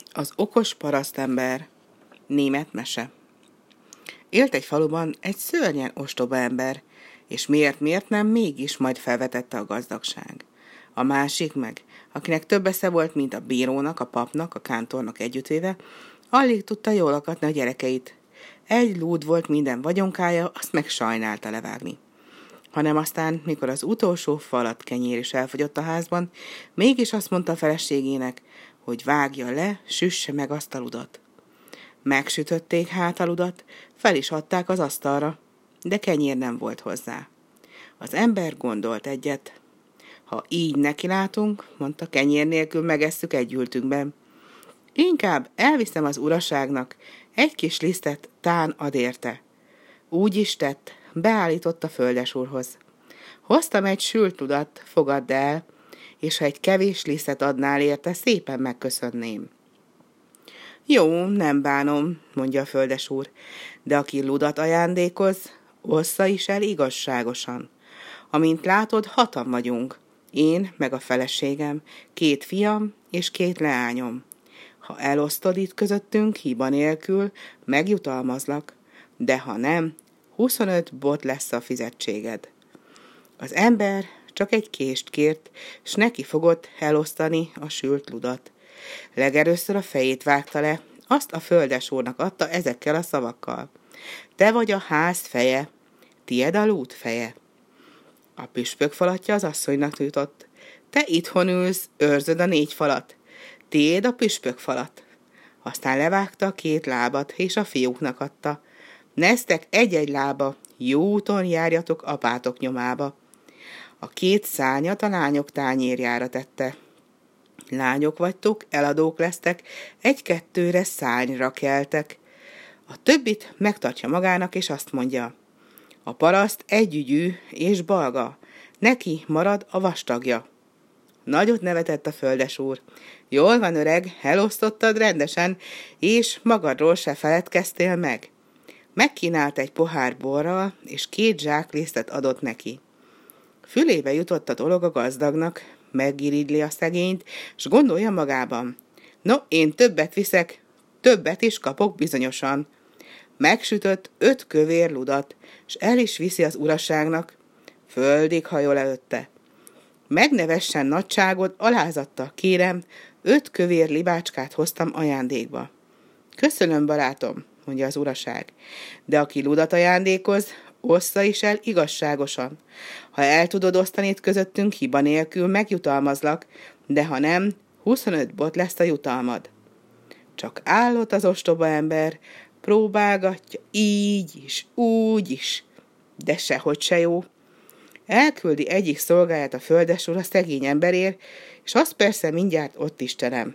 Az okos parasztember. Német mese. Élt egy faluban egy szörnyen ostoba ember, és miért nem, mégis majd felvetette a gazdagság. A másik meg, akinek több esze volt, mint a bírónak, a papnak, a kántornak együttvéve, alig tudta jól lakatni a gyerekeit. Egy lúd volt minden vagyonkája, azt meg sajnálta levágni. Hanem aztán, mikor az utolsó falat kenyér is elfogyott a házban, mégis azt mondta a feleségének, hogy vágja le, süsse meg azt a ludat. Megsütötték hát a ludat, fel is adták az asztalra, de kenyér nem volt hozzá. Az ember gondolt egyet. Ha így nekilátunk, mondta, kenyér nélkül megesszük egy ültünkben. Inkább elviszem az uraságnak, egy kis lisztet tán ad érte. Úgy is tett, beállított a földesúrhoz. Hoztam egy sült ludat, fogadd el, és ha egy kevés lisztet adnál érte, szépen megköszönném. Jó, nem bánom, mondja a földesúr, de aki ludat ajándékoz, ossza is el igazságosan. Amint látod, 6-an vagyunk, én meg a feleségem, 2 fiam és 2 leányom. Ha elosztod itt közöttünk hiba nélkül, megjutalmazlak, de ha nem, 25 bot lesz a fizetséged. Az ember csak egy kést kért, s neki fogott elosztani a sült ludat. Legelőször a fejét vágta le, azt a földesúrnak adta ezekkel a szavakkal. Te vagy a ház feje, tied a lúd feje. A püspök falatja az asszonynak jutott. Te itthon ülsz, őrzöd a 4 falat. Tiéd a püspök falat. Aztán levágta a 2 lábat, és a fiúknak adta. Neztek egy-egy lába, jó úton járjatok apátok nyomába. A 2 szárnyat a lányok tányérjára tette. Lányok vagytok, eladók lesztek, 1-2-re szárnyra keltek. A többit megtartja magának, és azt mondja, a paraszt együgyű és balga, neki marad a vastagja. Nagyot nevetett a földesúr. Jól van, öreg, elosztottad rendesen, és magadról se feledkeztél meg. Megkínált egy pohár borral, és 2 zsáklisztet adott neki. Fülébe jutott a dolog a gazdagnak, megirigyli a szegényt, s gondolja magában. No, én többet viszek, többet is kapok bizonyosan. Megsütött 5 kövér ludat, s el is viszi az uraságnak. Földig hajol előtte. Megnevessen nagyságod, alázattal kérem, 5 kövér libácskát hoztam ajándékba. Köszönöm, barátom, mondja az uraság, de aki ludat ajándékoz, ossza is el igazságosan. Ha el tudod osztani itt közöttünk hiba nélkül, megjutalmazlak, de ha nem, 25 bot lesz a jutalmad. Csak állott az ostoba ember, próbálgatja így is, úgy is, de sehogy se jó. Elküldi egyik szolgáját a földesúr a szegény emberért, és az persze mindjárt ott is terem.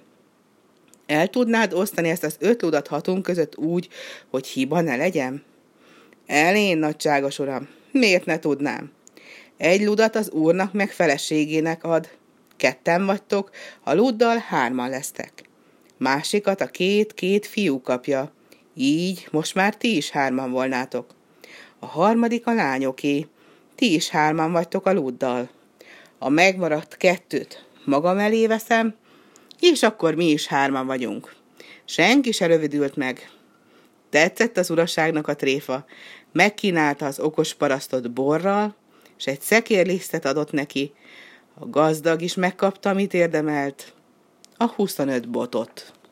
El tudnád osztani ezt az 5 ludat 6-unk között úgy, hogy hiba ne legyen? Elén, nagyságos uram, miért ne tudnám? 1 ludat az úrnak meg feleségének ad. 2 vagytok, a luddal 3 lesztek. Másikat a 2 fiú kapja. Így most már ti is 3 volnátok. A harmadik a lányoké. Ti is 3 vagytok a luddal. A megmaradt 2 magam elé veszem, és akkor mi is 3 vagyunk. Senki se rövidült meg. Tetszett az uraságnak a tréfa. Megkínálta az okos parasztot borral, és egy szekérlisztet adott neki. A gazdag is megkapta, amit érdemelt, a 25 botot.